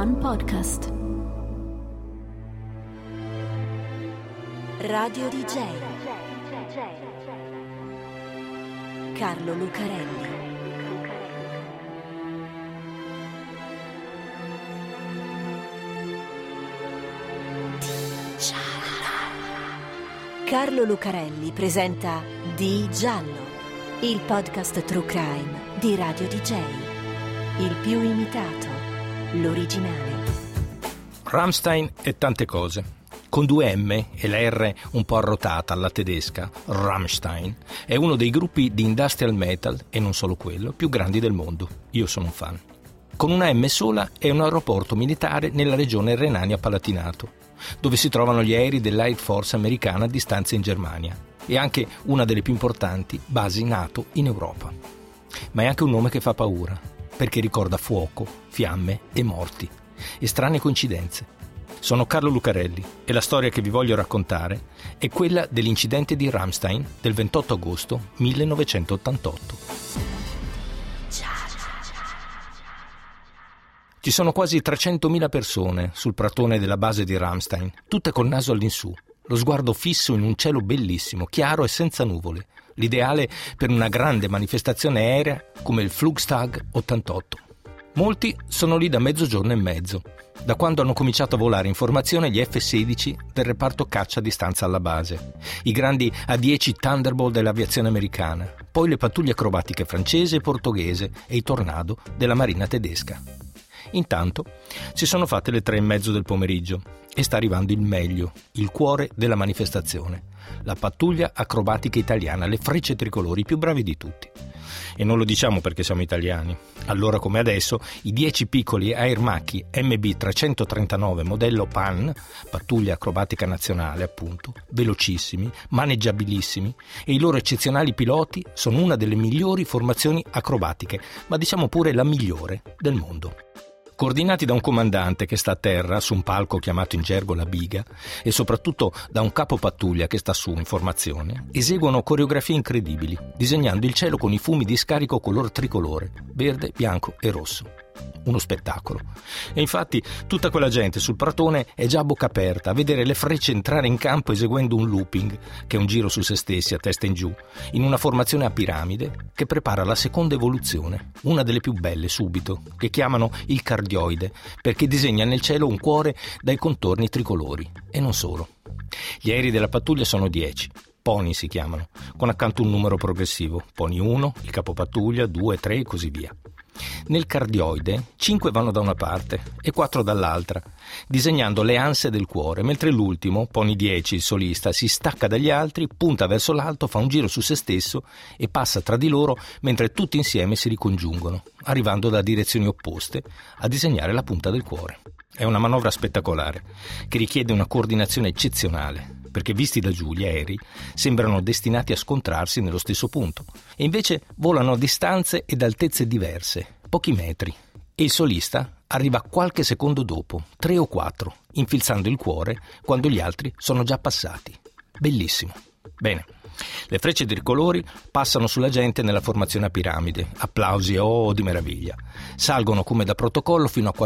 One Podcast. Radio DJ Carlo Lucarelli. Carlo Lucarelli presenta Di Giallo, il podcast True Crime di Radio DJ, il più imitato, l'originale. Rammstein e tante cose. Con 2 M e la R un po' arrotata alla tedesca, Rammstein è uno dei gruppi di industrial metal, e non solo quello, più grandi del mondo. Io sono un fan. Con una M sola è un aeroporto militare nella regione Renania-Palatinato, dove si trovano gli aerei dell'Air Force americana a distanza in Germania, e anche una delle più importanti basi NATO in Europa. Ma è anche un nome che fa paura, perché ricorda fuoco, fiamme e morti, e strane coincidenze. Sono Carlo Lucarelli e la storia che vi voglio raccontare è quella dell'incidente di Rammstein del 28 agosto 1988. Ci sono quasi 300.000 persone sul pratone della base di Rammstein, tutte col naso all'insù, lo sguardo fisso in un cielo bellissimo, chiaro e senza nuvole, l'ideale per una grande manifestazione aerea come il Flugstag 88. Molti sono lì da mezzogiorno e mezzo, da quando hanno cominciato a volare in formazione gli F-16 del reparto caccia a distanza alla base, i grandi A-10 Thunderbolt dell'aviazione americana, poi le pattuglie acrobatiche francese e portoghese e i Tornado della marina tedesca. Intanto si sono fatte le 3:30 del pomeriggio e sta arrivando il meglio, il cuore della manifestazione, la pattuglia acrobatica italiana, le frecce tricolori, i più bravi di tutti. E non lo diciamo perché siamo italiani. Allora come adesso i 10 piccoli Air Macchi MB339 modello PAN, pattuglia acrobatica nazionale appunto, velocissimi, maneggiabilissimi, e i loro eccezionali piloti sono una delle migliori formazioni acrobatiche, ma diciamo pure la migliore del mondo. Coordinati da un comandante che sta a terra su un palco chiamato in gergo la biga e soprattutto da un capo pattuglia che sta su in formazione, eseguono coreografie incredibili, disegnando il cielo con i fumi di scarico color tricolore, verde, bianco e rosso. Uno spettacolo. E infatti tutta quella gente sul pratone è già a bocca aperta a vedere le frecce entrare in campo eseguendo un looping, che è un giro su se stessi a testa in giù, in una formazione a piramide che prepara la seconda evoluzione, una delle più belle subito, che chiamano il cardioide, perché disegna nel cielo un cuore dai contorni tricolori. E non solo. Gli aerei della pattuglia sono 10. Pony si chiamano, con accanto un numero progressivo. Pony 1, il capopattuglia, 2, 3 e così via. Nel cardioide 5 vanno da una parte e 4 dall'altra, disegnando le anse del cuore, mentre l'ultimo, Pony 10, il solista, si stacca dagli altri, punta verso l'alto, fa un giro su se stesso e passa tra di loro mentre tutti insieme si ricongiungono, arrivando da direzioni opposte a disegnare la punta del cuore. È una manovra spettacolare che richiede una coordinazione eccezionale, perché visti da giù gli aerei sembrano destinati a scontrarsi nello stesso punto, e invece volano a distanze ed altezze diverse, pochi metri, e il solista arriva qualche secondo dopo, 3 o 4, infilzando il cuore quando gli altri sono già passati. Bellissimo. Bene. Le frecce tricolori passano sulla gente nella formazione a piramide, applausi di meraviglia. Salgono come da protocollo fino a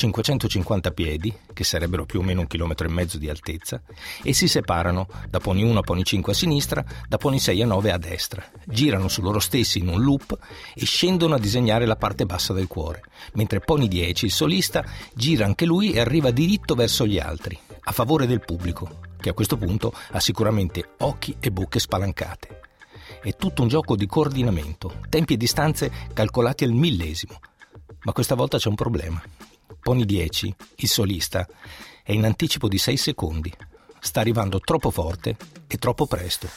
4.550 piedi, che sarebbero più o meno 1,5 chilometri di altezza, e si separano da Pony 1 a Pony 5 a sinistra, da Pony 6 a 9 a destra. Girano su loro stessi in un loop e scendono a disegnare la parte bassa del cuore, mentre Pony 10, il solista, gira anche lui e arriva diritto verso gli altri, a favore del pubblico, che a questo punto ha sicuramente occhi e bocche spalancate. È tutto un gioco di coordinamento, tempi e distanze calcolati al millesimo. Ma questa volta c'è un problema. Pony 10, il solista, è in anticipo di 6 secondi. Sta arrivando troppo forte e troppo presto.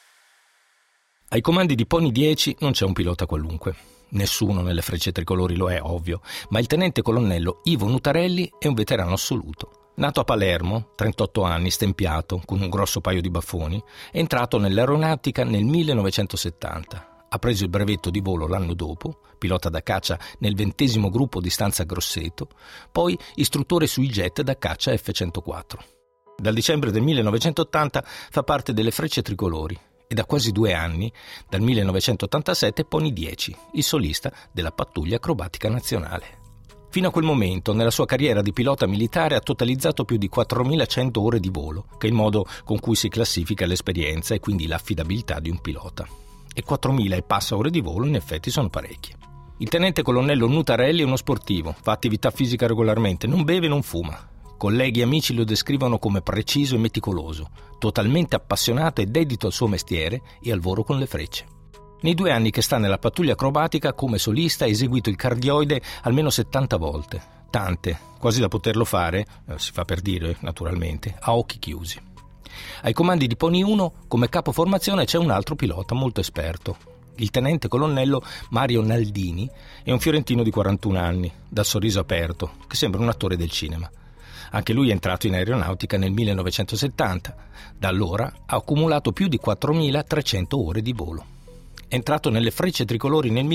Ai comandi di Pony 10 non c'è un pilota qualunque. Nessuno nelle frecce tricolori lo è, ovvio, ma il tenente colonnello Ivo Nutarelli è un veterano assoluto. Nato a Palermo, 38 anni, stempiato, con un grosso paio di baffoni, è entrato nell'aeronautica nel 1970. Ha preso il brevetto di volo l'anno dopo, pilota da caccia nel 20° gruppo di stanza Grosseto, poi istruttore sui jet da caccia F-104. Dal dicembre del 1980 fa parte delle frecce tricolori e da quasi 2 anni, dal 1987, Pony 10, il solista della pattuglia acrobatica nazionale. Fino a quel momento, nella sua carriera di pilota militare, ha totalizzato più di 4.100 ore di volo, che è il modo con cui si classifica l'esperienza e quindi l'affidabilità di un pilota. E 4.000 e passa ore di volo in effetti sono parecchie. Il tenente colonnello Nutarelli è uno sportivo, fa attività fisica regolarmente, non beve e non fuma. Colleghi e amici lo descrivono come preciso e meticoloso, totalmente appassionato e dedito al suo mestiere e al volo con le frecce. Nei 2 anni che sta nella pattuglia acrobatica, come solista ha eseguito il cardioide almeno 70 volte. Tante, quasi da poterlo fare, si fa per dire naturalmente, a occhi chiusi. Ai comandi di Pony 1, come capo formazione, c'è un altro pilota molto esperto. Il tenente colonnello Mario Naldini è un fiorentino di 41 anni, dal sorriso aperto, che sembra un attore del cinema. Anche lui è entrato in aeronautica nel 1970. Da allora ha accumulato più di 4.300 ore di volo. È entrato nelle Frecce Tricolori nel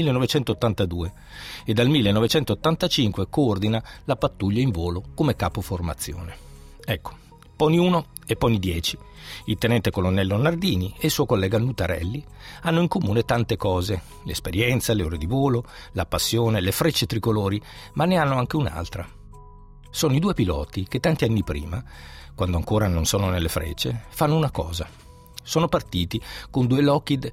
1982 e dal 1985 coordina la pattuglia in volo come capo formazione. Ecco, Pony 1 e Pony 10, il tenente colonnello Nardini e il suo collega Nutarelli hanno in comune tante cose: l'esperienza, le ore di volo, la passione, le Frecce Tricolori, ma ne hanno anche un'altra. Sono i 2 piloti che tanti anni prima, quando ancora non sono nelle Frecce, fanno una cosa. Sono partiti con 2 Lockheed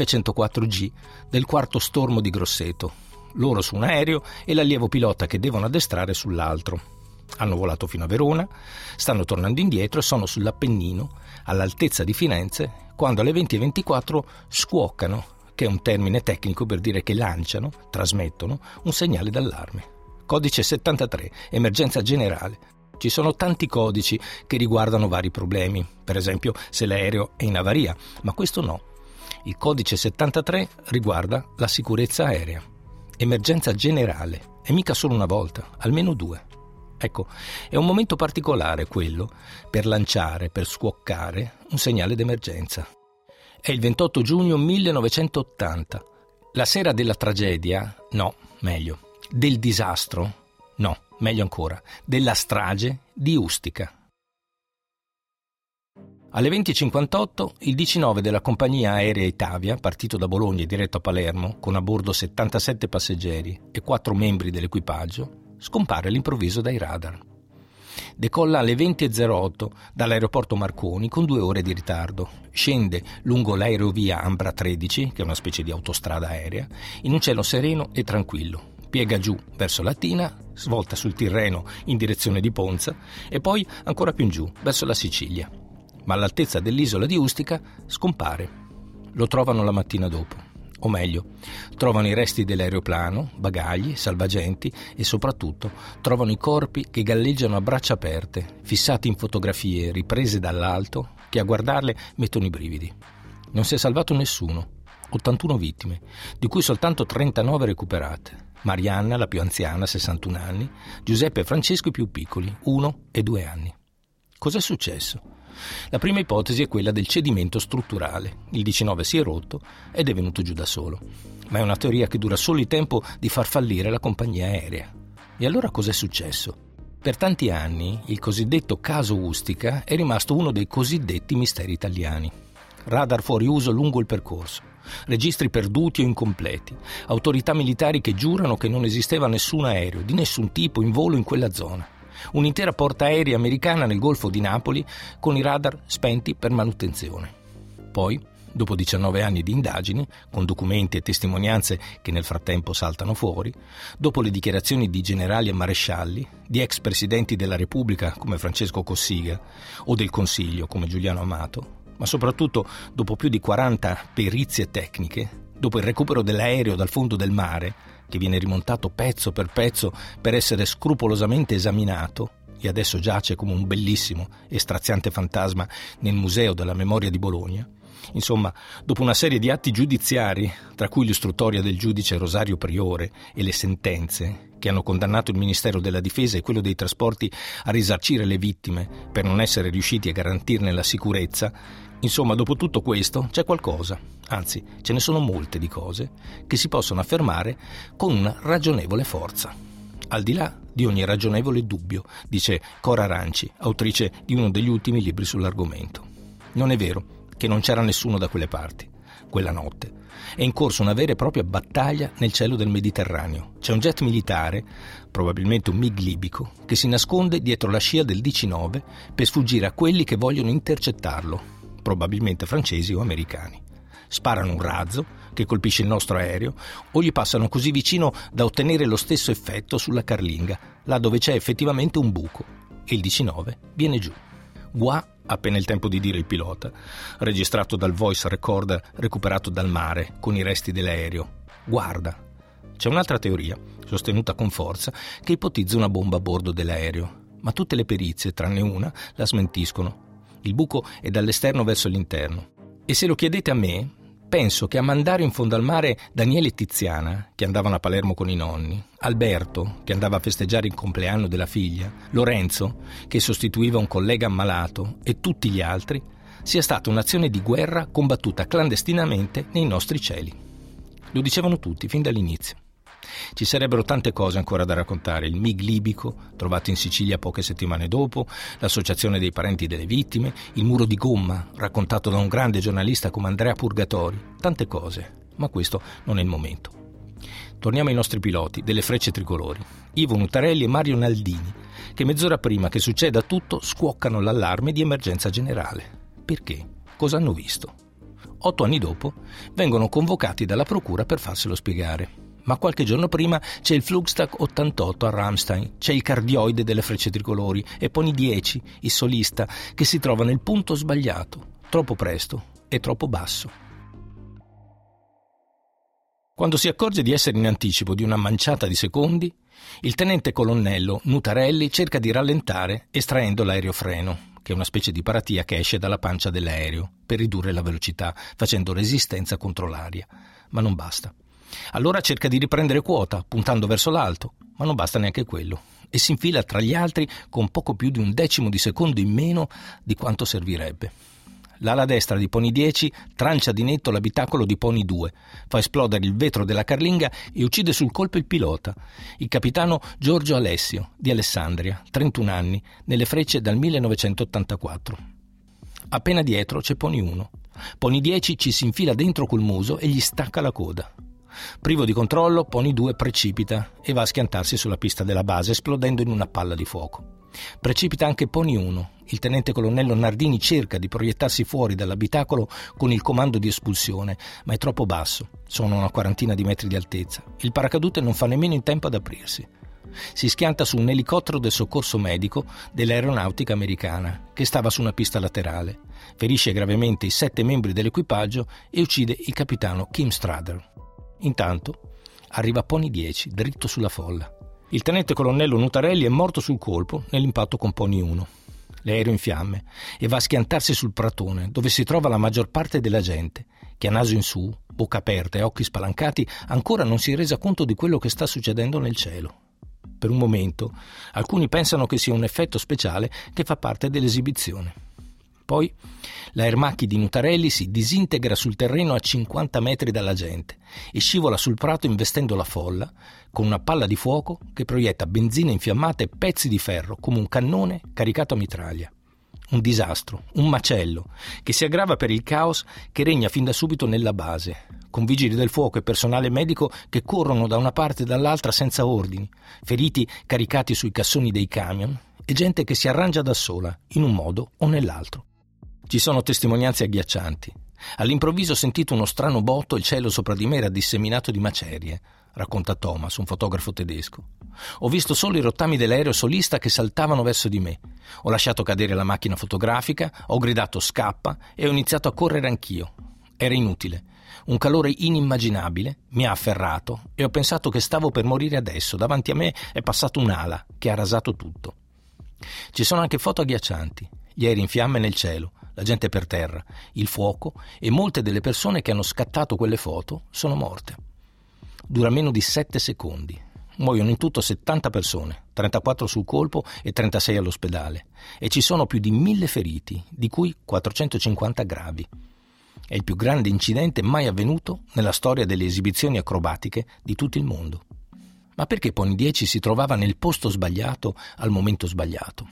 F-104G del 4° Stormo di Grosseto, loro su un aereo e l'allievo pilota che devono addestrare sull'altro. Hanno volato fino a Verona, stanno tornando indietro e sono sull'Appennino, all'altezza di Firenze, quando alle 20:24 scuoccano, che è un termine tecnico per dire che lanciano, trasmettono, un segnale d'allarme. Codice 73, emergenza generale. Ci sono tanti codici che riguardano vari problemi, per esempio se l'aereo è in avaria, ma questo no. Il codice 73 riguarda la sicurezza aerea. Emergenza generale, e mica solo una volta, almeno 2. Ecco, è un momento particolare quello per lanciare, per scuoccare un segnale d'emergenza. È il 28 giugno 1980. La sera della tragedia, no, meglio, del disastro, no, meglio ancora, della strage di Ustica. Alle 20:58 il DC-9 della compagnia aerea Itavia, partito da Bologna e diretto a Palermo, con a bordo 77 passeggeri e 4 membri dell'equipaggio, scompare all'improvviso dai radar. Decolla alle 20:08 dall'aeroporto Marconi con 2 ore di ritardo, scende lungo l'aerovia Ambra 13, che è una specie di autostrada aerea, in un cielo sereno e tranquillo. Piega giù verso Latina, svolta sul Tirreno in direzione di Ponza e poi ancora più in giù verso la Sicilia. Ma all'altezza dell'isola di Ustica scompare. Lo trovano la mattina dopo, o meglio, trovano i resti dell'aeroplano, bagagli, salvagenti e soprattutto trovano i corpi che galleggiano a braccia aperte, fissati in fotografie riprese dall'alto che a guardarle mettono i brividi. Non si è salvato nessuno, 81 vittime, di cui soltanto 39 recuperate. Marianna, la più anziana, 61 anni, Giuseppe e Francesco i più piccoli, 1 e 2 anni. Cos'è successo? La prima ipotesi è quella del cedimento strutturale. Il DC-9 si è rotto ed è venuto giù da solo. Ma è una teoria che dura solo il tempo di far fallire la compagnia aerea. E allora cos'è successo? Per tanti anni il cosiddetto caso Ustica è rimasto uno dei cosiddetti misteri italiani. Radar fuori uso lungo il percorso, registri perduti o incompleti, autorità militari che giurano che non esisteva nessun aereo, di nessun tipo, in volo in quella zona. Un'intera porta aerea americana nel Golfo di Napoli con i radar spenti per manutenzione. Poi, dopo 19 anni di indagini, con documenti e testimonianze che nel frattempo saltano fuori, dopo le dichiarazioni di generali e marescialli, di ex presidenti della Repubblica come Francesco Cossiga o del Consiglio come Giuliano Amato, ma soprattutto dopo più di 40 perizie tecniche, dopo il recupero dell'aereo dal fondo del mare, che viene rimontato pezzo per essere scrupolosamente esaminato e adesso giace come un bellissimo e straziante fantasma nel Museo della Memoria di Bologna. Insomma, dopo una serie di atti giudiziari, tra cui l'istruttoria del giudice Rosario Priore e le sentenze che hanno condannato il Ministero della Difesa e quello dei Trasporti a risarcire le vittime per non essere riusciti a garantirne la sicurezza, insomma, dopo tutto questo c'è qualcosa, anzi ce ne sono molte di cose, che si possono affermare con una ragionevole forza. Al di là di ogni ragionevole dubbio, dice Cora Ranci, autrice di uno degli ultimi libri sull'argomento. Non è vero che non c'era nessuno da quelle parti. quella notte è in corso una vera e propria battaglia nel cielo del Mediterraneo. C'è un jet militare, probabilmente un MiG libico, che si nasconde dietro la scia del DC-9 per sfuggire a quelli che vogliono intercettarlo, probabilmente francesi o americani. Sparano un razzo che colpisce il nostro aereo o gli passano così vicino da ottenere lo stesso effetto sulla carlinga, là dove c'è effettivamente un buco, e il DC-9 viene giù. Gua, appena il tempo di dire il pilota, registrato dal voice recorder recuperato dal mare con i resti dell'aereo. Guarda. C'è un'altra teoria, sostenuta con forza, che ipotizza una bomba a bordo dell'aereo, ma tutte le perizie, tranne una, la smentiscono. Il buco è dall'esterno verso l'interno. E se lo chiedete a me, penso che a mandare in fondo al mare Daniele e Tiziana, che andavano a Palermo con i nonni, Alberto, che andava a festeggiare il compleanno della figlia, Lorenzo, che sostituiva un collega ammalato, e tutti gli altri, sia stata un'azione di guerra combattuta clandestinamente nei nostri cieli. Lo dicevano tutti, fin dall'inizio. Ci sarebbero tante cose ancora da raccontare: il MiG libico, trovato in Sicilia poche settimane dopo, l'associazione dei parenti delle vittime, il muro di gomma, raccontato da un grande giornalista come Andrea Purgatori, tante cose, ma questo non è il momento. Torniamo ai nostri piloti delle Frecce Tricolori, Ivo Nutarelli e Mario Naldini, che mezz'ora prima che succeda tutto scuoccano l'allarme di emergenza generale. Perché? Cosa hanno visto? 8 anni dopo vengono convocati dalla procura per farselo spiegare. Ma qualche giorno prima c'è il Flugstag 88 a Ramstein, c'è il cardioide delle Frecce Tricolori e Pony 10, il solista, che si trova nel punto sbagliato, troppo presto e troppo basso. Quando si accorge di essere in anticipo di una manciata di secondi, il tenente colonnello Nutarelli cerca di rallentare estraendo l'aerofreno, che è una specie di paratia che esce dalla pancia dell'aereo, per ridurre la velocità, facendo resistenza contro l'aria. Ma non basta. Allora cerca di riprendere quota, puntando verso l'alto, ma non basta neanche quello, e si infila tra gli altri con poco più di 1/10 di secondo in meno di quanto servirebbe. L'ala destra di Pony 10 trancia di netto l'abitacolo di Pony 2, fa esplodere il vetro della carlinga e uccide sul colpo il pilota, il capitano Giorgio Alessio, di Alessandria, 31 anni, nelle Frecce dal 1984. Appena dietro c'è Pony 1. Pony 10 ci si infila dentro col muso e gli stacca la coda. Privo di controllo, Pony 2 precipita e va a schiantarsi sulla pista della base, esplodendo in una palla di fuoco. Precipita anche Pony 1. Il tenente colonnello Nardini cerca di proiettarsi fuori dall'abitacolo con il comando di espulsione, ma è troppo basso, sono una quarantina di metri di altezza. Il paracadute non fa nemmeno in tempo ad aprirsi. Si schianta su un elicottero del soccorso medico dell'aeronautica americana, che stava su una pista laterale. Ferisce gravemente i 7 membri dell'equipaggio e uccide il capitano Kim Strader. Intanto arriva Pony 10, dritto sulla folla. Il tenente colonnello Nutarelli è morto sul colpo nell'impatto con Pony 1. L'aereo in fiamme e va a schiantarsi sul pratone, dove si trova la maggior parte della gente, che a naso in su, bocca aperta e occhi spalancati, ancora non si è resa conto di quello che sta succedendo nel cielo. Per un momento, alcuni pensano che sia un effetto speciale che fa parte dell'esibizione. Poi l'aermacchi di Nutarelli si disintegra sul terreno a 50 metri dalla gente e scivola sul prato investendo la folla con una palla di fuoco che proietta benzina infiammata e pezzi di ferro come un cannone caricato a mitraglia. Un disastro, un macello, che si aggrava per il caos che regna fin da subito nella base, con vigili del fuoco e personale medico che corrono da una parte e dall'altra senza ordini, feriti caricati sui cassoni dei camion e gente che si arrangia da sola, in un modo o nell'altro. Ci sono testimonianze agghiaccianti. All'improvviso ho sentito uno strano botto, il cielo sopra di me era disseminato di macerie, racconta Thomas, un fotografo tedesco. Ho visto solo i rottami dell'aereo solista che saltavano verso di me. Ho lasciato cadere la macchina fotografica, ho gridato scappa e ho iniziato a correre anch'io. Era inutile. Un calore inimmaginabile mi ha afferrato e ho pensato che stavo per morire adesso. Davanti a me è passato un'ala che ha rasato tutto. Ci sono anche foto agghiaccianti. Gli aerei in fiamme nel cielo, la gente per terra, il fuoco e molte delle persone che hanno scattato quelle foto sono morte. Dura meno di 7 secondi. Muoiono in tutto 70 persone, 34 sul colpo e 36 all'ospedale. E ci sono più di 1000 feriti, di cui 450 gravi. È il più grande incidente mai avvenuto nella storia delle esibizioni acrobatiche di tutto il mondo. Ma perché Pony 10 si trovava nel posto sbagliato al momento sbagliato?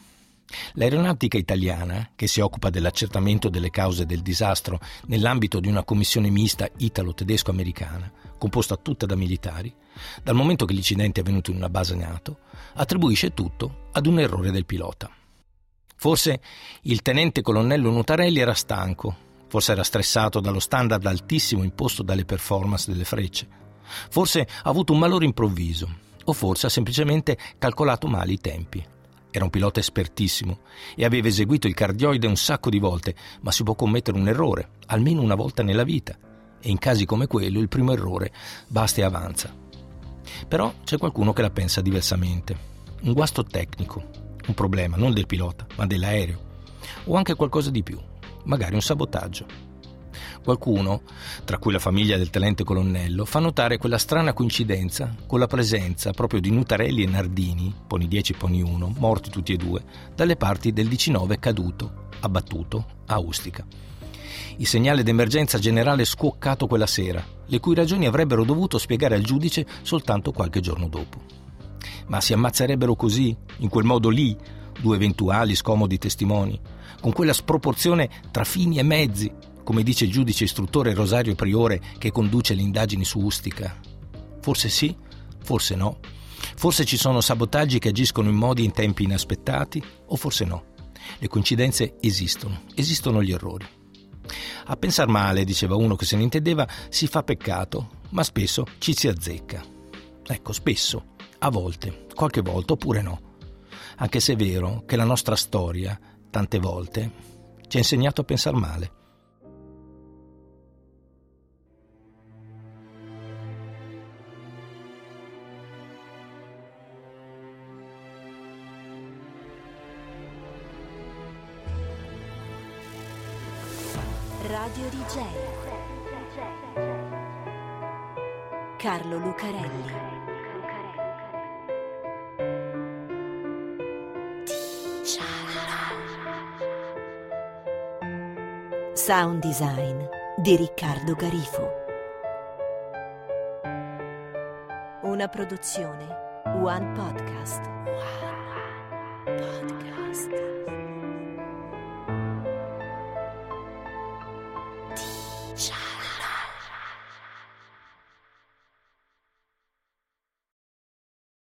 L'aeronautica italiana, che si occupa dell'accertamento delle cause del disastro nell'ambito di una commissione mista italo-tedesco-americana, composta tutta da militari, dal momento che l'incidente è avvenuto in una base NATO, attribuisce tutto ad un errore del pilota. Forse il tenente colonnello Nutarelli era stanco, forse era stressato dallo standard altissimo imposto dalle performance delle frecce, forse ha avuto un malore improvviso, o forse ha semplicemente calcolato male i tempi. Era un pilota espertissimo e aveva eseguito il cardioide un sacco di volte, ma si può commettere un errore, almeno una volta nella vita, e in casi come quello il primo errore basta e avanza. Però c'è qualcuno che la pensa diversamente. Un guasto tecnico, un problema non del pilota, ma dell'aereo, o anche qualcosa di più, magari un sabotaggio. Qualcuno, tra cui la famiglia del tenente colonnello, fa notare quella strana coincidenza con la presenza proprio di Nutarelli e Nardini, Pony 10 e Pony 1, morti tutti e due, dalle parti del DC-9 caduto, abbattuto, a Ustica. Il segnale d'emergenza generale scuoccato quella sera, le cui ragioni avrebbero dovuto spiegare al giudice soltanto qualche giorno dopo. Ma si ammazzerebbero così, in quel modo lì, due eventuali scomodi testimoni, con quella sproporzione tra fini e mezzi, come dice il giudice istruttore Rosario Priore che conduce le indagini su Ustica? Forse sì, forse no. Forse ci sono sabotaggi che agiscono in modi e in tempi inaspettati, o forse no. Le coincidenze esistono gli errori. A pensar male, diceva uno che se ne intendeva, si fa peccato, ma spesso ci si azzecca. Ecco, spesso, a volte, qualche volta oppure no. Anche se è vero che la nostra storia, tante volte, ci ha insegnato a pensar male. Radio DJ Carlo Lucarelli. Sound design di Riccardo Garifo. Una produzione One Podcast.